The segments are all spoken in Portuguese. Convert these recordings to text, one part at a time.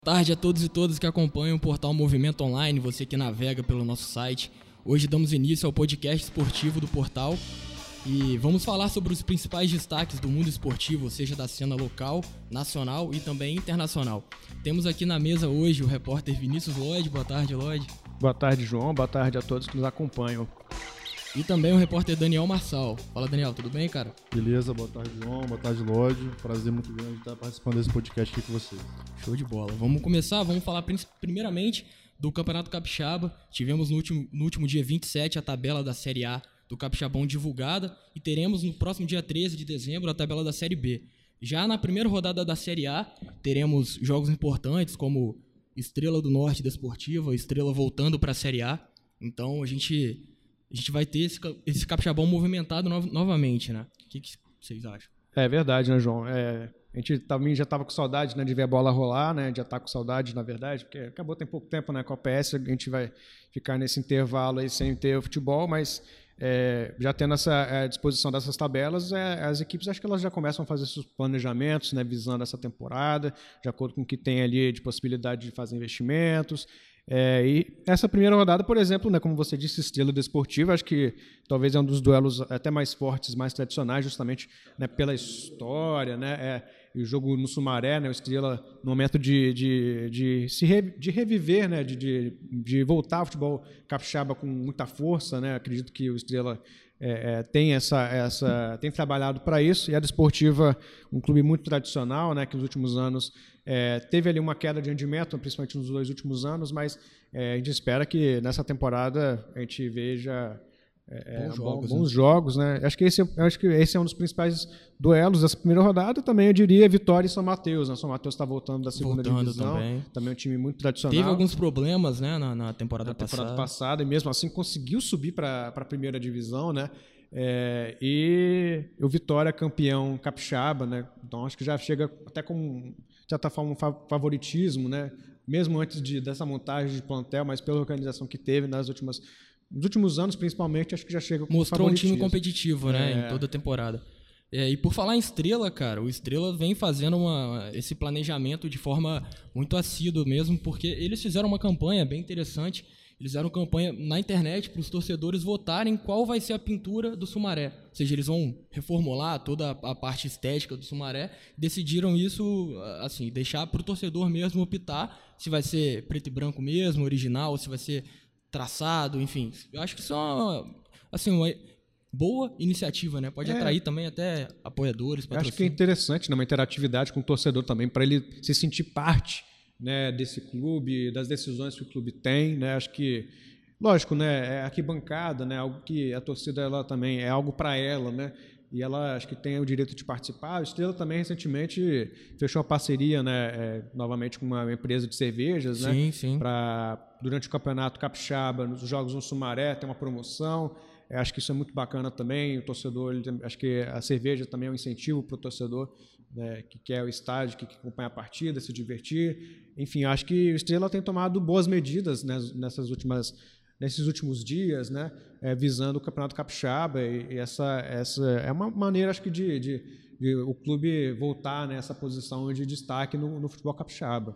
Boa tarde a todos e todas que acompanham o portal Movimento Online, você que navega pelo nosso site. Hoje damos início ao podcast esportivo do portal e vamos falar sobre os principais destaques do mundo esportivo, seja da cena local, nacional e também internacional. Temos aqui na mesa hoje o repórter Vinícius Lloyd. Boa tarde, Lloyd. Boa tarde, João. Boa tarde a todos que nos acompanham. E também o repórter Daniel Marçal. Fala, Daniel, tudo bem, cara? Beleza, boa tarde, João. Boa tarde, Lloyd. Prazer muito grande estar participando desse podcast aqui com vocês. Show de bola. Vamos começar, vamos falar primeiramente do Campeonato Capixaba. Tivemos no último dia 27 a tabela da Série A do Capixabão divulgada e teremos no próximo dia 13 de dezembro a tabela da Série B. Já na primeira rodada da Série A, teremos jogos importantes como Estrela do Norte Desportiva, Estrela voltando para a Série A. Então a gente vai ter esse Capixabão movimentado novamente, né? O que vocês acham? É verdade, né, João? A gente também já estava com saudade, né, de ver a bola rolar, né? Já está com saudade, na verdade, porque acabou tem pouco tempo, né? Com a PS, a gente vai ficar nesse intervalo aí sem ter o futebol, mas já tendo essa disposição dessas tabelas, as equipes acho que elas já começam a fazer seus planejamentos, né, visando essa temporada, de acordo com o que tem ali de possibilidade de fazer investimentos. E essa primeira rodada, por exemplo, né, como você disse, Estrela Desportiva, acho que talvez é um dos duelos até mais fortes, mais tradicionais, justamente, né, pela história, né, e o jogo no Sumaré, né, o Estrela no momento de reviver, né, de voltar ao futebol capixaba com muita força, né, acredito que o Estrela tem trabalhado para isso, e a Desportiva, um clube muito tradicional, né, que nos últimos anos teve ali uma queda de rendimento, principalmente nos 2 últimos anos, mas a gente espera que nessa temporada a gente veja bons jogos, né? Acho que esse é um dos principais duelos dessa primeira rodada. Também eu diria Vitória e São Mateus, né? São Mateus está voltando da segunda divisão, também é um time muito tradicional. Teve alguns problemas, né, na temporada passada, e mesmo assim conseguiu subir para a primeira divisão, né? E o Vitória campeão capixaba, né? Então acho que já chega até com de certa forma um favoritismo, né? Mesmo antes dessa montagem de plantel, mas pela organização que teve nos últimos anos, principalmente, acho que já chega com mostrou um time competitivo, né, em toda a temporada. E por falar em Estrela, cara, o Estrela vem fazendo esse planejamento de forma muito assídua mesmo, porque eles fizeram uma campanha bem interessante. Eles fizeram campanha na internet para os torcedores votarem qual vai ser a pintura do Sumaré. Ou seja, eles vão reformular toda a parte estética do Sumaré. Decidiram isso, assim, deixar para o torcedor mesmo optar se vai ser preto e branco mesmo, original, ou se vai ser traçado, enfim. Eu acho que isso é uma boa iniciativa, né? Pode atrair também até apoiadores, patrocínios. Acho que é interessante, né? Uma interatividade com o torcedor também, para ele se sentir parte, né, desse clube, das decisões que o clube tem, né? Acho que, lógico, né, é arquibancada, né, algo que a torcida ela também é algo para ela, né? E ela acho que tem o direito de participar. A Estrela também recentemente fechou uma parceria, né, novamente com uma empresa de cervejas, sim, né, sim. Para durante o Campeonato Capixaba, nos jogos no Sumaré, tem uma promoção. Acho que isso é muito bacana também. O torcedor, acho que a cerveja também é um incentivo para o torcedor, né, que quer o estádio, que acompanha a partida, se divertir. Enfim, acho que o Estrela tem tomado boas medidas, né, nesses últimos dias, né, visando o Campeonato Capixaba, e essa é uma maneira, acho que, de o clube voltar nessa posição de destaque no futebol capixaba.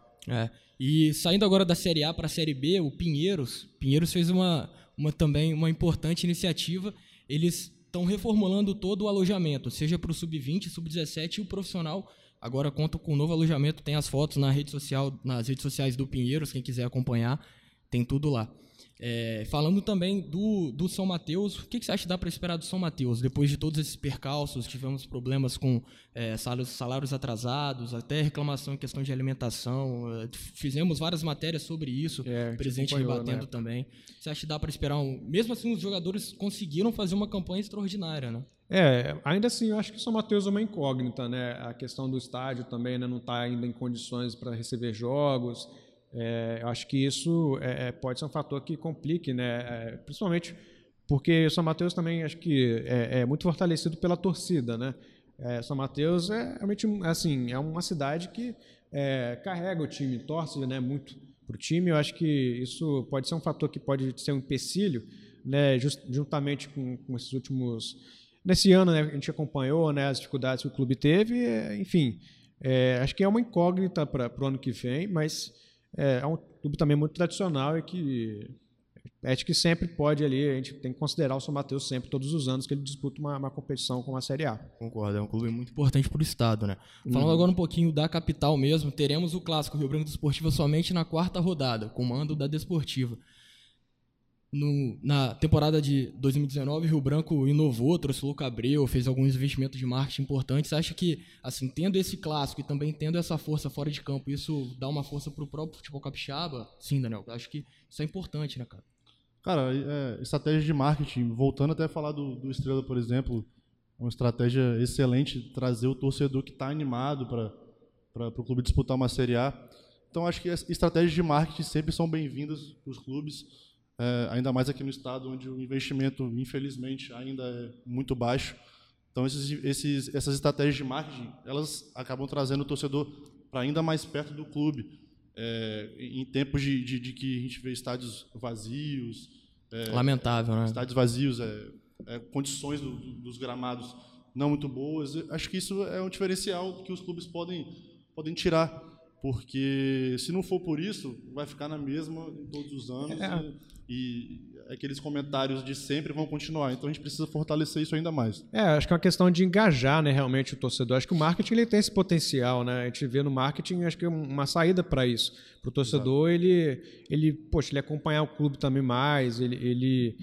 E saindo agora da Série A para a Série B, o Pinheiros fez também uma importante iniciativa. Eles estão reformulando todo o alojamento, seja para o Sub-20, Sub-17 e o profissional. Agora conta com um novo alojamento, tem as fotos nas redes sociais do Pinheiros, quem quiser acompanhar, tem tudo lá. Falando também do São Mateus, o que você acha que dá para esperar do São Mateus? Depois de todos esses percalços, tivemos problemas com salários atrasados, até reclamação em questão de alimentação, fizemos várias matérias sobre isso, o presidente rebatendo também. Você acha que dá para esperar mesmo assim os jogadores conseguiram fazer uma campanha extraordinária, né? Ainda assim, eu acho que o São Mateus é uma incógnita, né? A questão do estádio também, né, não está ainda em condições para receber jogos. Eu acho que isso pode ser um fator que complique, né? Principalmente porque o São Mateus também acho que é muito fortalecido pela torcida, né? São Mateus realmente assim, é uma cidade que carrega o time, torce, né, muito para o time. Eu acho que isso pode ser um fator que pode ser um empecilho, né, juntamente com esses últimos... Nesse ano, né, a gente acompanhou, né, as dificuldades que o clube teve, enfim... Acho que é uma incógnita para o ano que vem, mas é um clube também muito tradicional e que acho que sempre pode ali, a gente tem que considerar o São Mateus sempre, todos os anos que ele disputa uma competição com a Série A. Concordo, é um clube muito importante para o estado, né? Falando agora um pouquinho da capital mesmo, teremos o clássico Rio Branco Desportiva somente na 4ª rodada, comando da Desportiva. Na temporada de 2019, Rio Branco inovou, trouxe o Luca Abreu, fez alguns investimentos de marketing importantes. Você acha que, assim, tendo esse clássico e também tendo essa força fora de campo, isso dá uma força para o próprio futebol capixaba? Sim, Daniel, acho que isso é importante, né, cara? Cara, estratégia de marketing, voltando até a falar do Estrela, por exemplo, é uma estratégia excelente trazer o torcedor que está animado para o clube disputar uma Série A. Então, acho que as estratégias de marketing sempre são bem-vindas para os clubes, ainda mais aqui no estado, onde o investimento, infelizmente, ainda é muito baixo. Então, essas estratégias de marketing, elas acabam trazendo o torcedor para ainda mais perto do clube. Em tempos de que a gente vê estádios vazios, lamentável, né? Estádios vazios, condições dos gramados não muito boas. Acho que isso é um diferencial que os clubes podem tirar, porque se não for por isso, vai ficar na mesma em todos os anos e aqueles comentários de sempre vão continuar. Então a gente precisa fortalecer isso ainda mais. Acho que é uma questão de engajar, né, realmente o torcedor. Acho que o marketing ele tem esse potencial, né? A gente vê no marketing, acho que é uma saída para isso. Para o torcedor, ele acompanhar o clube também mais, ele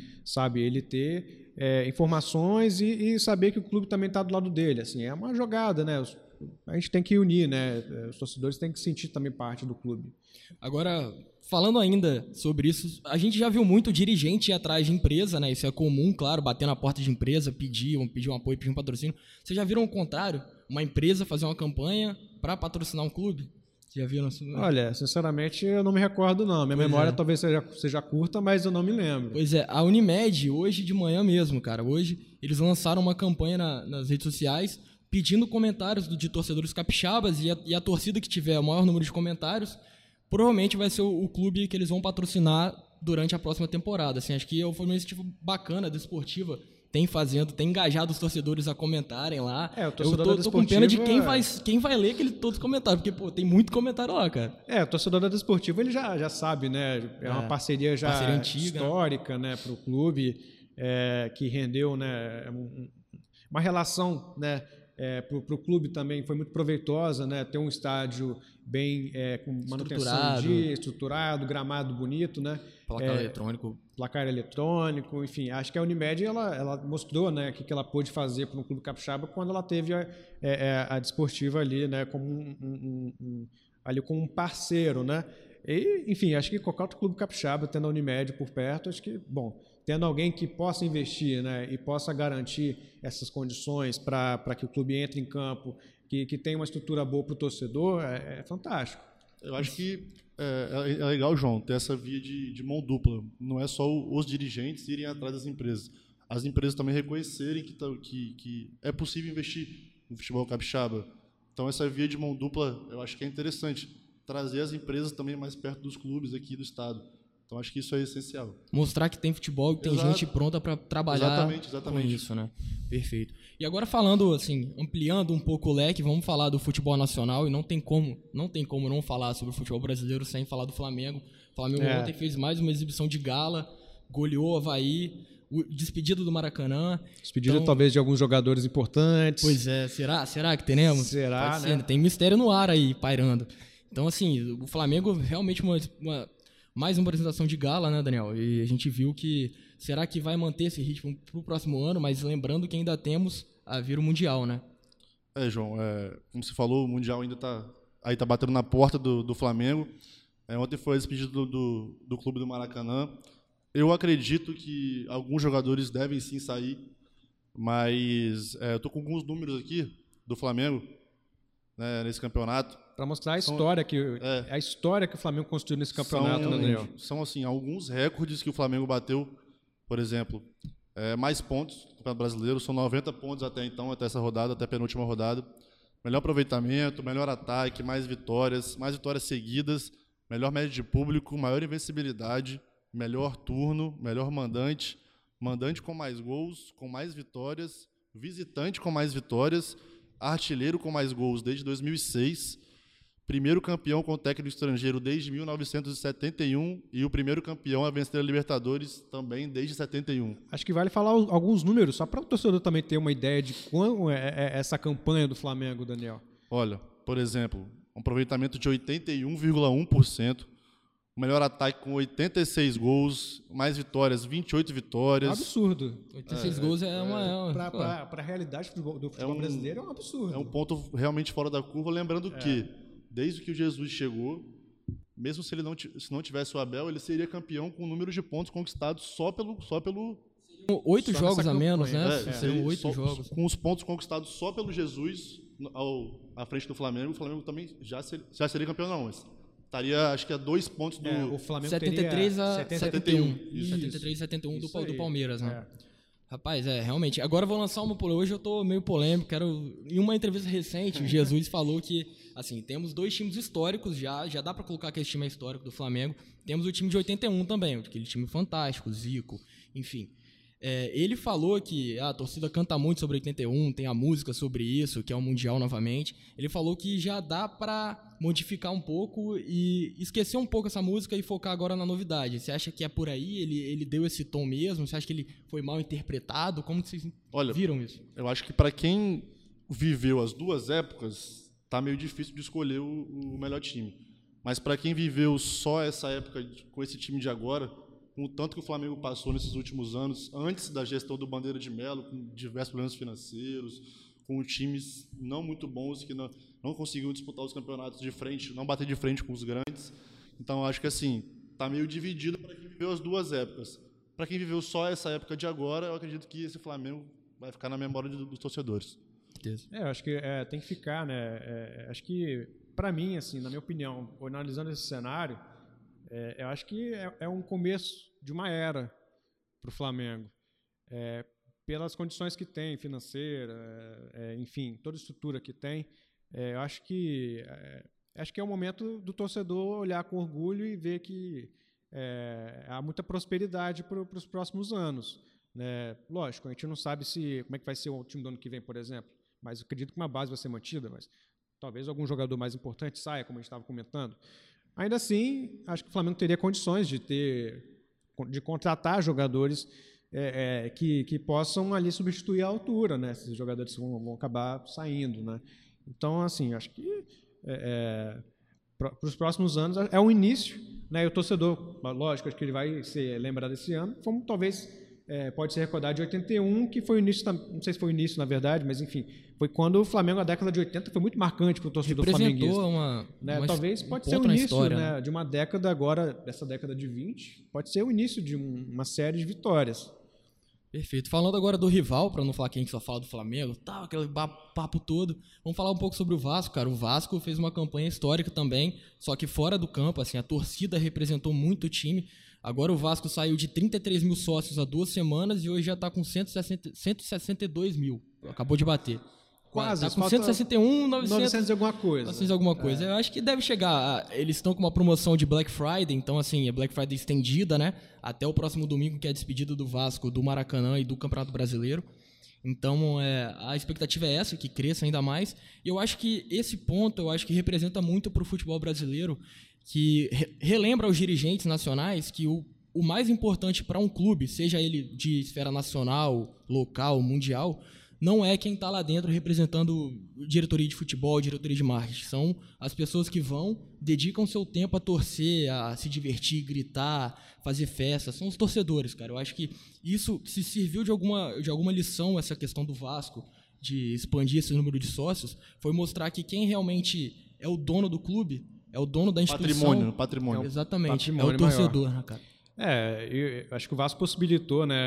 ter informações e saber que o clube também está do lado dele. Assim, é uma jogada, né? A gente tem que unir, né? Os torcedores têm que sentir também parte do clube. Agora, falando ainda sobre isso, a gente já viu muito dirigente ir atrás de empresa, né? Isso é comum, claro, bater na porta de empresa, pedir um apoio, pedir um patrocínio. Vocês já viram o contrário? Uma empresa fazer uma campanha para patrocinar um clube? Já viram assim? Olha, sinceramente, eu não me recordo, não. Minha memória talvez seja curta, mas eu não me lembro. Pois é, a Unimed, hoje de manhã mesmo, cara, hoje eles lançaram uma campanha nas redes sociais pedindo comentários de torcedores capixabas e a torcida que tiver o maior número de comentários provavelmente vai ser o clube que eles vão patrocinar durante a próxima temporada. Assim, acho que foi uma iniciativa bacana da Desportiva, tem engajado os torcedores a comentarem lá. O torcedor da Desportiva... tô com pena de quem vai ler todos os comentários, porque tem muito comentário lá, cara. O torcedor da Desportiva ele já sabe, né? É uma parceria antiga, histórica, né, para o clube, que rendeu, né, uma relação, né, para o clube também foi muito proveitosa, né? Ter um estádio bem com manutenção estruturado, gramado bonito, né? Placar eletrônico, enfim. Acho que a Unimed ela mostrou, né, o que ela pôde fazer para um clube capixaba quando ela teve a Desportiva ali, né, como ali como um parceiro, né? E, enfim, acho que qualquer outro clube capixaba tendo a Unimed por perto, acho que, tendo alguém que possa investir, né, e possa garantir essas condições para que o clube entre em campo, que tenha uma estrutura boa para o torcedor, é fantástico. Eu acho que é legal, João, ter essa via de mão dupla. Não é só os dirigentes irem atrás das empresas. As empresas também reconhecerem que é possível investir no futebol capixaba. Então, essa via de mão dupla, eu acho que é interessante. Trazer as empresas também mais perto dos clubes aqui do estado. Então, acho que isso é essencial. Mostrar que tem futebol, que tem gente pronta para trabalhar com isso, né? Perfeito. E agora falando, assim, ampliando um pouco o leque, vamos falar do futebol nacional e não tem como não falar sobre o futebol brasileiro sem falar do Flamengo. O Flamengo ontem fez mais uma exibição de gala, goleou o Avaí, despedida do Maracanã. Despedida talvez de alguns jogadores importantes. Pois é, será que teremos? Será, pode né? Ser, tem mistério no ar aí, pairando. Então, assim, o Flamengo realmente mais uma apresentação de gala, né, Daniel? E a gente viu que... Será que vai manter esse ritmo para o próximo ano? Mas lembrando que ainda temos a vir o Mundial, né? João, como você falou, o Mundial ainda tá batendo na porta do Flamengo. Ontem foi a despedida do clube do Maracanã. Eu acredito que alguns jogadores devem sim sair, mas eu tô com alguns números aqui do Flamengo, né, nesse campeonato. Para mostrar a história a história que o Flamengo construiu nesse campeonato, né, Daniel? São assim, alguns recordes que o Flamengo bateu. Por exemplo, mais pontos no Campeonato Brasileiro, são 90 pontos até então, até essa rodada, até a penúltima rodada. Melhor aproveitamento, melhor ataque, mais vitórias seguidas, melhor média de público, maior invencibilidade, melhor turno, melhor mandante, mandante com mais gols, com mais vitórias, visitante com mais vitórias, artilheiro com mais gols desde 2006, primeiro campeão com técnico estrangeiro desde 1971 e o primeiro campeão a vencer a Libertadores também desde 71. Acho que vale falar alguns números, só para o torcedor também ter uma ideia de como é essa campanha do Flamengo, Daniel. Olha, por exemplo, um aproveitamento de 81,1%, o melhor ataque com 86 gols, mais vitórias, 28 vitórias. Absurdo. 86 gols é uma... Para a realidade do futebol brasileiro é um absurdo. É um ponto realmente fora da curva, lembrando que, desde que o Jesus chegou, mesmo se ele não tivesse o Abel, ele seria campeão com o número de pontos conquistados só pelo 8 jogos a menos, né? Seriam 8 jogos. Com os pontos conquistados só pelo Jesus à frente do Flamengo, o Flamengo também já seria campeão, não, mas estaria, acho que a 2 pontos do... o Flamengo 73 a 71. Isso. 73 a 71 do Palmeiras, né? É. Rapaz, realmente. Agora eu vou lançar uma polêmica. Hoje eu tô meio polêmico. Em uma entrevista recente, o Jesus falou que, assim, temos 2 times históricos já dá pra colocar que esse time é histórico do Flamengo. Temos o time de 81 também, aquele time fantástico, Zico, enfim. Ele falou que a torcida canta muito sobre 81, tem a música sobre isso, que é o Mundial novamente. Ele falou que já dá pra modificar um pouco e esquecer um pouco essa música e focar agora na novidade. Você acha que é por aí? Ele deu esse tom mesmo? Você acha que ele foi mal interpretado? Como que vocês viram isso? Eu acho que para quem viveu as 2 épocas, tá meio difícil de escolher o melhor time. Mas para quem viveu só essa época com esse time de agora, com o tanto que o Flamengo passou nesses últimos anos, antes da gestão do Bandeira de Melo, com diversos problemas financeiros, com times não muito bons que não conseguiam disputar os campeonatos de frente, não bater de frente com os grandes. Então, acho que assim, está meio dividido para quem viveu as 2 épocas. Para quem viveu só essa época de agora, eu acredito que esse Flamengo vai ficar na memória dos torcedores. Eu acho que tem que ficar, né? Acho que, para mim, assim, na minha opinião, analisando esse cenário, eu acho que é um começo de uma era para o Flamengo. Pelas condições que tem, financeira, enfim, toda a estrutura que tem, eu acho que é o momento do torcedor olhar com orgulho e ver que há muita prosperidade para os próximos anos. Né? Lógico, a gente não sabe como é que vai ser o time do ano que vem, por exemplo, mas eu acredito que uma base vai ser mantida, mas talvez algum jogador mais importante saia, como a gente estava comentando. Ainda assim, acho que o Flamengo teria condições de contratar jogadores que possam ali substituir a altura, né? Esses jogadores vão acabar saindo, né? Então, assim, acho que para os próximos anos é um início, né? E o torcedor, lógico, acho que ele vai se lembrar desse ano, como talvez pode se recordar de 81, que foi o início, não sei se foi o início, na verdade, mas enfim, foi quando o Flamengo, na década de 80, foi muito marcante para o torcedor flamenguista. Talvez pode ser o início história, né? De uma década agora, dessa década de 20, pode ser o início de uma série de vitórias. Perfeito. Falando agora do rival, para não falar que a gente só fala do Flamengo, aquele papo todo, vamos falar um pouco sobre o Vasco, cara. O Vasco fez uma campanha histórica também, só que fora do campo, assim, a torcida representou muito o time. Agora o Vasco saiu de 33 mil sócios há 2 semanas e hoje já está com 162 mil. Acabou de bater. Quase. Está com 161, 900 e alguma coisa. 900 e alguma coisa. Eu acho que deve chegar. Eles estão com uma promoção de Black Friday, então assim, é Black Friday estendida, né? Até o próximo domingo, que é a despedida do Vasco, do Maracanã e do Campeonato Brasileiro. Então, a expectativa é essa, que cresça ainda mais. E eu acho que esse ponto, representa muito para o futebol brasileiro, que relembra aos dirigentes nacionais que o mais importante para um clube, seja ele de esfera nacional, local, mundial, não é quem está lá dentro representando diretoria de futebol, diretoria de marketing. São as pessoas que dedicam seu tempo a torcer, a se divertir, gritar, fazer festa. São os torcedores, cara. Eu acho que isso se serviu de alguma lição, essa questão do Vasco, de expandir esse número de sócios, foi mostrar que quem realmente é o dono do clube, é o dono da instituição. Patrimônio. Exatamente, patrimônio é o torcedor, né, cara? Eu acho que o Vasco possibilitou, né,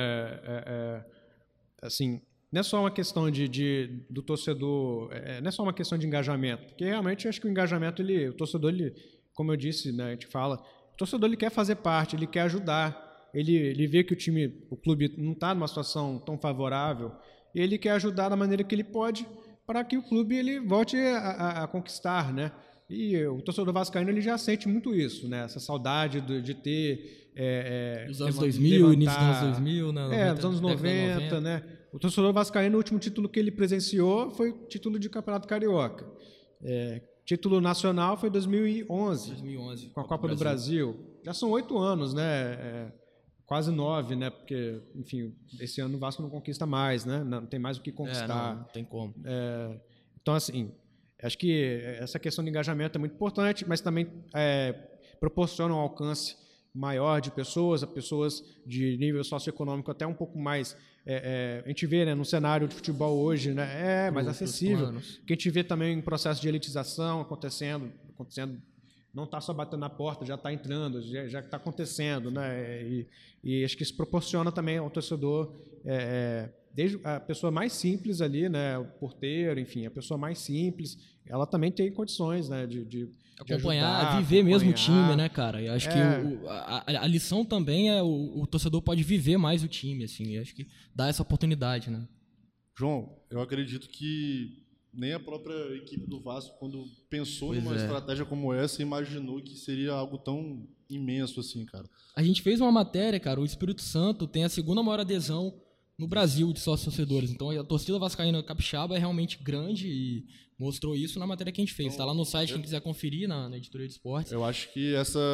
assim, não é só uma questão do torcedor, não é só uma questão de engajamento, porque realmente eu acho que o engajamento, o torcedor, como eu disse, né, a gente fala, o torcedor ele quer fazer parte, ele quer ajudar, ele vê que o clube não está numa situação tão favorável, e ele quer ajudar da maneira que ele pode para que o clube ele volte a conquistar, né? E o torcedor vascaíno ele já sente muito isso, né? Essa saudade de ter... Os anos 2000, início dos anos 2000, né? Dos anos 90, né? O torcedor vascaíno, o último título que ele presenciou foi o título de Campeonato Carioca. Título nacional foi 2011, com a Copa do Brasil. Já são 8 anos, né? Quase 9, né? Porque, enfim, esse ano o Vasco não conquista mais, né? Não tem mais o que conquistar. Não tem como. Então, assim, acho que essa questão de engajamento é muito importante, mas também proporciona um alcance maior de pessoas, a pessoas de nível socioeconômico até um pouco mais... a gente vê, né, no cenário de futebol hoje, né, mais acessível. Que a gente vê também um processo de elitização acontecendo, não está só batendo na porta, já está entrando, já está acontecendo, né? E acho que isso proporciona também ao torcedor, desde a pessoa mais simples ali, né, o porteiro, enfim, a pessoa mais simples, ela também tem condições, né, de acompanhar, ajudar, viver mesmo o time, né, cara? Eu acho que a lição também é o torcedor pode viver mais o time, assim, eu acho que dá essa oportunidade, né? João, eu acredito que nem a própria equipe do Vasco, quando pensou numa estratégia como essa, imaginou que seria algo tão imenso assim, cara. A gente fez uma matéria, cara, o Espírito Santo tem a segunda maior adesão no Brasil de sócios torcedores. Então a torcida vascaína capixaba é realmente grande e mostrou isso na matéria que a gente fez. Está lá no site, quem quiser conferir, na editoria de esportes. Eu acho que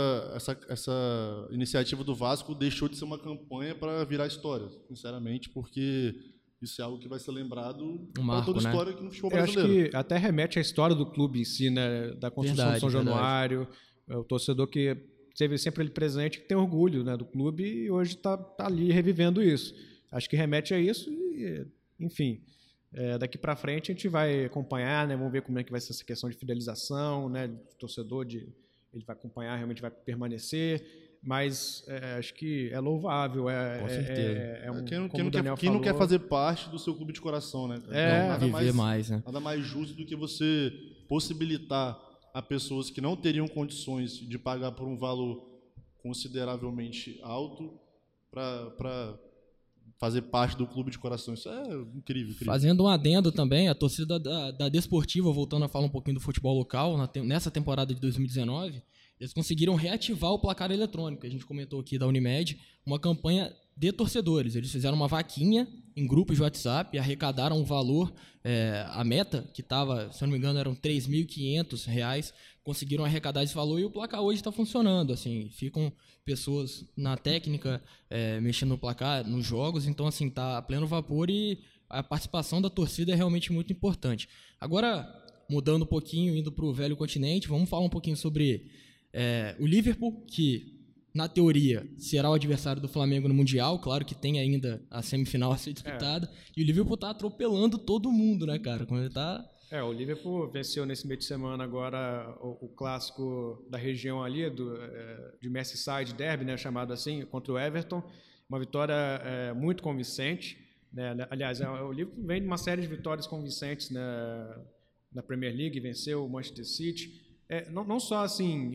essa iniciativa do Vasco deixou de ser uma campanha para virar história, sinceramente, porque isso é algo que vai ser lembrado para toda a história aqui no futebol brasileiro. Eu acho que até remete à história do clube em si, né? Da construção de São Januário, o torcedor que teve sempre ele presente, que tem orgulho, né, do clube e hoje está ali revivendo isso. Acho que remete a isso e, enfim, daqui para frente a gente vai acompanhar, né? Vamos ver como é que vai ser essa questão de fidelização, né? O torcedor, ele vai acompanhar, realmente vai permanecer. Mas acho que é louvável. Com certeza. Quem não quer fazer parte do seu clube de coração, né? Viver mais, né? Nada mais justo do que você possibilitar a pessoas que não teriam condições de pagar por um valor consideravelmente alto para fazer parte do clube de coração. Isso é incrível. Fazendo um adendo também, a torcida da Desportiva, voltando a falar um pouquinho do futebol local, nessa temporada de 2019... eles conseguiram reativar o placar eletrônico. A gente comentou aqui da Unimed, uma campanha de torcedores. Eles fizeram uma vaquinha em grupos de WhatsApp e arrecadaram um valor, a meta, que estava, se eu não me engano, eram R$ 3.500, conseguiram arrecadar esse valor e o placar hoje está funcionando. Assim, ficam pessoas na técnica mexendo no placar, nos jogos, então assim, está a pleno vapor e a participação da torcida é realmente muito importante. Agora, mudando um pouquinho, indo para o velho continente, vamos falar um pouquinho sobre... o Liverpool, que na teoria será o adversário do Flamengo no Mundial, claro que tem ainda a semifinal a ser disputada, e o Liverpool tá atropelando todo mundo, né, cara? Como ele tá... o Liverpool venceu nesse meio de semana agora o clássico da região ali, de Merseyside Derby, né, chamado assim, contra o Everton, uma vitória muito convincente, né? Aliás, o Liverpool vem de uma série de vitórias convincentes, né, na Premier League, venceu o Manchester City. Não só assim,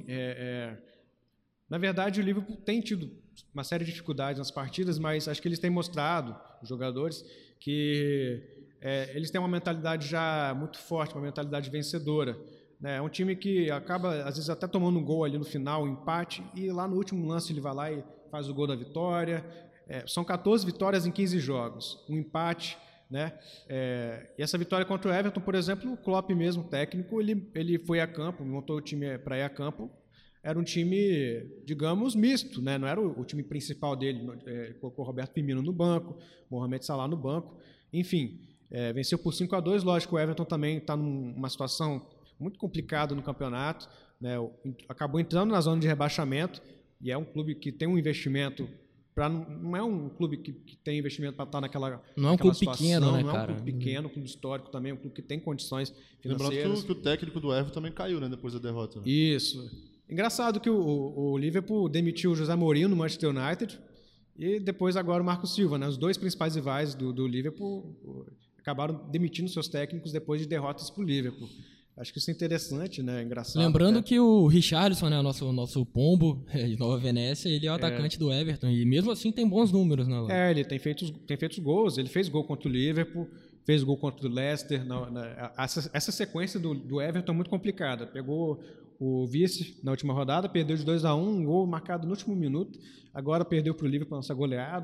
na verdade o Liverpool tem tido uma série de dificuldades nas partidas, mas acho que eles têm mostrado, os jogadores, que eles têm uma mentalidade já muito forte, uma mentalidade vencedora, né? É um time que acaba, às vezes, até tomando um gol ali no final, um empate, e lá no último lance ele vai lá e faz o gol da vitória. São 14 vitórias em 15 jogos, um empate, né? E essa vitória contra o Everton, por exemplo, o Klopp mesmo, técnico, ele foi a campo, montou o time para ir a campo, era um time, digamos, misto, né? Não era o time principal dele, colocou Roberto Firmino no banco, Mohamed Salah no banco, enfim, venceu por 5-2, lógico, o Everton também está numa situação muito complicada no campeonato, né? Acabou entrando na zona de rebaixamento, e é um clube que tem um investimento... não é um clube que tem investimento para estar naquela não é um clube situação, pequeno, né, não cara? É um clube pequeno, um clube histórico também, um clube que tem condições financeiras. Lembrando que o técnico do Everton também caiu, né, depois da derrota. Né? Isso. Engraçado que o Liverpool demitiu o José Mourinho no Manchester United e depois agora o Marco Silva, né? Os dois principais rivais do Liverpool acabaram demitindo seus técnicos depois de derrotas para o Liverpool. Acho que isso é interessante, né? Engraçado. Lembrando que o Richarlison, né, o nosso pombo de Nova Venécia, ele é o atacante do Everton e mesmo assim tem bons números, né? Ele tem feito os gols, ele fez gol contra o Liverpool, fez gol contra o Leicester. Essa sequência do Everton é muito complicada. Pegou o vice na última rodada, perdeu de 2-1, um gol marcado no último minuto, agora perdeu para o Liverpool nessa goleada.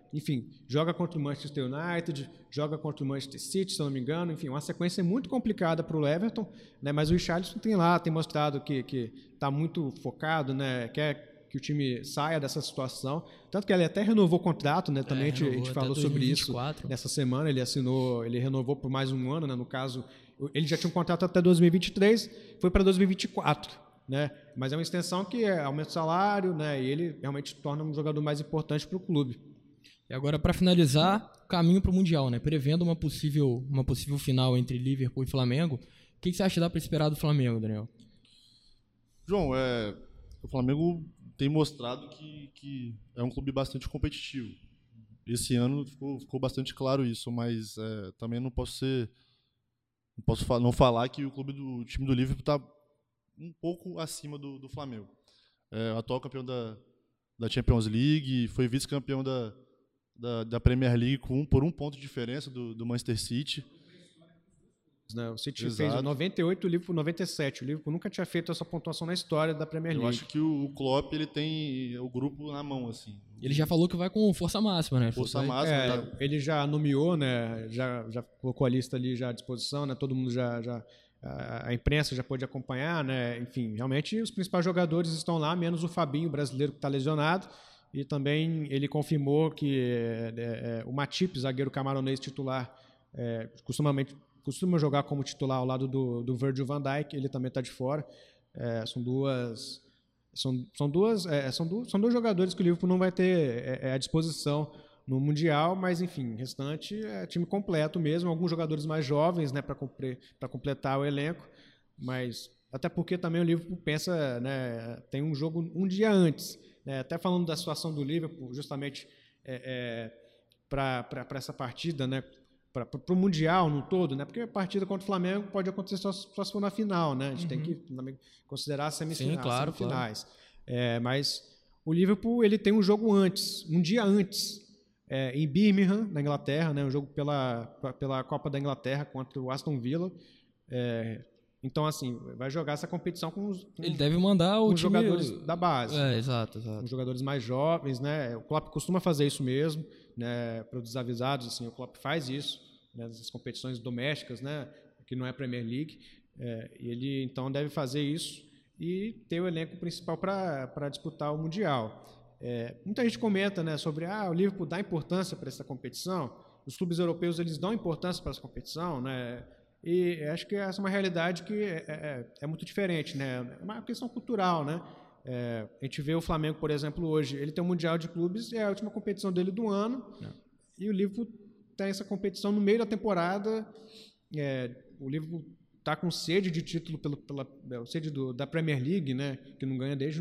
enfim, joga contra o Manchester United, joga contra o Manchester City, se eu não me engano, enfim, uma sequência muito complicada para o Everton, né? Mas o Richarlison tem mostrado que está muito focado, né? Quer que o time saia dessa situação, tanto que ele até renovou o contrato, né? Também a gente falou sobre isso nessa semana, ele renovou por mais um ano, né? No caso, ele já tinha um contrato até 2023, foi para 2024, né? Mas é uma extensão que aumenta o salário, né? E ele realmente torna um jogador mais importante para o clube. E agora, para finalizar, caminho para o Mundial, né? Prevendo uma possível final entre Liverpool e Flamengo, o que você acha que dá para esperar do Flamengo, Daniel? João, o Flamengo tem mostrado que é um clube bastante competitivo. Esse ano ficou bastante claro isso, mas também não posso não falar que o time do Liverpool está um pouco acima do Flamengo. Atual campeão da Champions League, foi vice-campeão da Premier League por um ponto de diferença do Manchester City. O City fez 98, o Liverpool 97. O Liverpool nunca tinha feito essa pontuação na história da Premier League. Eu acho que o Klopp ele tem o grupo na mão, assim. Ele já falou que vai com força máxima, né? Força máxima. Ele já nomeou, né? Já colocou a lista ali já à disposição, né? Todo mundo a imprensa já pôde acompanhar, né? Enfim, realmente os principais jogadores estão lá, menos o Fabinho, brasileiro, que está lesionado. E também ele confirmou que o Matip, zagueiro camaronês titular, costuma jogar como titular ao lado do Virgil van Dijk, ele também está de fora. São dois jogadores que o Liverpool não vai ter à disposição no Mundial, mas enfim, o restante é time completo mesmo, alguns jogadores mais jovens, né, para completar o elenco, mas até porque também o Liverpool pensa, né, tem um jogo um dia antes, né, até falando da situação do Liverpool, justamente para essa partida, né, para o Mundial no todo, né? Porque a partida contra o Flamengo pode acontecer só se for na final, né? A gente tem que considerar as semifinais. Sim, claro. Mas o Liverpool ele tem um jogo antes, um dia antes, em Birmingham, na Inglaterra, né? Um jogo pela Copa da Inglaterra contra o Aston Villa. Então, assim, vai jogar essa competição ele deve mandar os jogadores da base. Exato. Os jogadores mais jovens, né? O Klopp costuma fazer isso mesmo, né? Para os desavisados, assim, o Klopp faz isso, né? Nas competições domésticas, né? Que não é Premier League. E ele, então, deve fazer isso e ter o elenco principal para disputar o Mundial. Muita gente comenta, né, sobre o Liverpool dá importância para essa competição. Os clubes europeus eles dão importância para essa competição, né? E acho que essa é uma realidade que é muito diferente, né? É uma questão cultural, né? A gente vê o Flamengo, por exemplo, hoje, ele tem um Mundial de Clubes, é a última competição dele do ano, e o Liverpool tem essa competição no meio da temporada. O Liverpool está com sede de título sede da Premier League, né? Que não ganha desde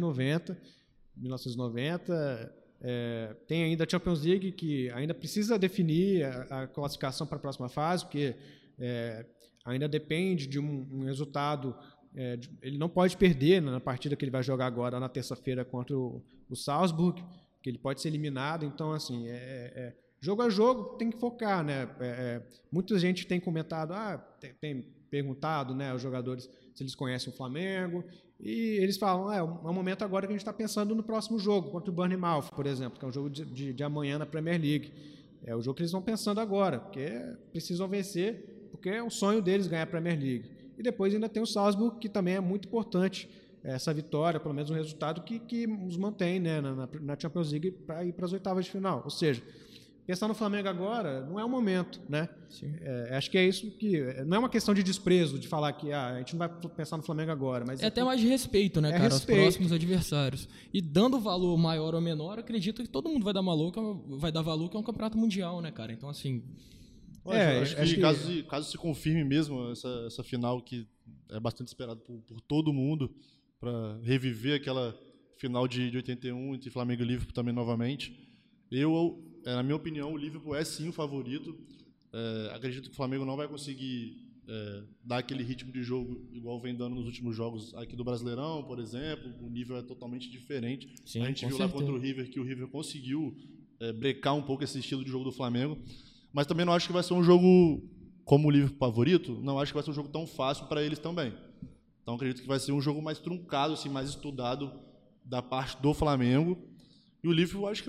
1990. Tem ainda a Champions League, que ainda precisa definir a classificação para a próxima fase, porque ainda depende de um resultado. Ele não pode perder na partida que ele vai jogar agora na terça-feira contra o Salzburg, que ele pode ser eliminado. Então, assim, jogo a jogo tem que focar, né? Muita gente tem comentado, tem perguntado, né, aos jogadores se eles conhecem o Flamengo, e eles falam, é um momento agora que a gente está pensando no próximo jogo, contra o Bournemouth, por exemplo, que é um jogo de amanhã na Premier League. É o jogo que eles estão pensando agora, porque precisam vencer, porque é o sonho deles ganhar a Premier League. E depois ainda tem o Salzburg, que também é muito importante, essa vitória, pelo menos um resultado que os mantém, né, na Champions League para ir para as oitavas de final. Ou seja, pensar no Flamengo agora não é o momento, né? Acho que é isso que... Não é uma questão de desprezo, de falar que a gente não vai pensar no Flamengo agora, mas... até mais de respeito, né, cara? Respeito. Aos próximos adversários. E dando valor maior ou menor, acredito que todo mundo vai dar valor que é um campeonato mundial, né, cara? Então, assim... acho que caso se confirme mesmo essa final que é bastante esperada por todo mundo, para reviver aquela final de 81 entre Flamengo e Liverpool também novamente, na minha opinião, o Liverpool é sim o favorito. Acredito que o Flamengo não vai conseguir dar aquele ritmo de jogo igual vem dando nos últimos jogos aqui do Brasileirão, por exemplo. O nível é totalmente diferente. Sim, a gente viu lá contra o River que o River conseguiu brecar um pouco esse estilo de jogo do Flamengo. Mas também não acho que vai ser um jogo, como o Liverpool favorito, não acho que vai ser um jogo tão fácil para eles também. Então acredito que vai ser um jogo mais truncado, assim, mais estudado da parte do Flamengo. E o Liverpool acho que vai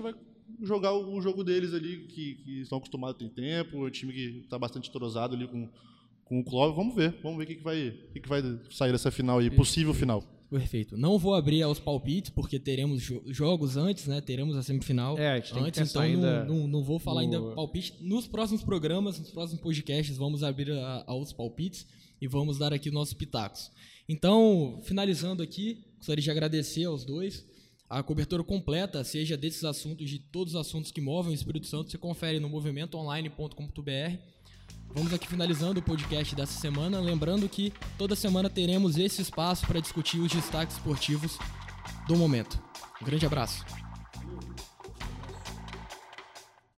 jogar o jogo deles ali, que estão acostumados a ter tempo, é um time que está bastante entrosado ali com o Clóvis. Vamos ver o que vai sair dessa final aí, possível final. Perfeito. Não vou abrir aos palpites, porque teremos jogos antes, né? Teremos a semifinal a gente tem antes, que então não vou falar ainda palpite. Nos próximos programas, nos próximos podcasts, vamos abrir aos palpites e vamos dar aqui nossos pitacos. Então, finalizando aqui, gostaria de agradecer aos dois. A cobertura completa, seja desses assuntos, de todos os assuntos que movem o Espírito Santo, você confere no movimentoonline.com.br. Vamos aqui finalizando o podcast dessa semana, lembrando que toda semana teremos esse espaço para discutir os destaques esportivos do momento. Um grande abraço.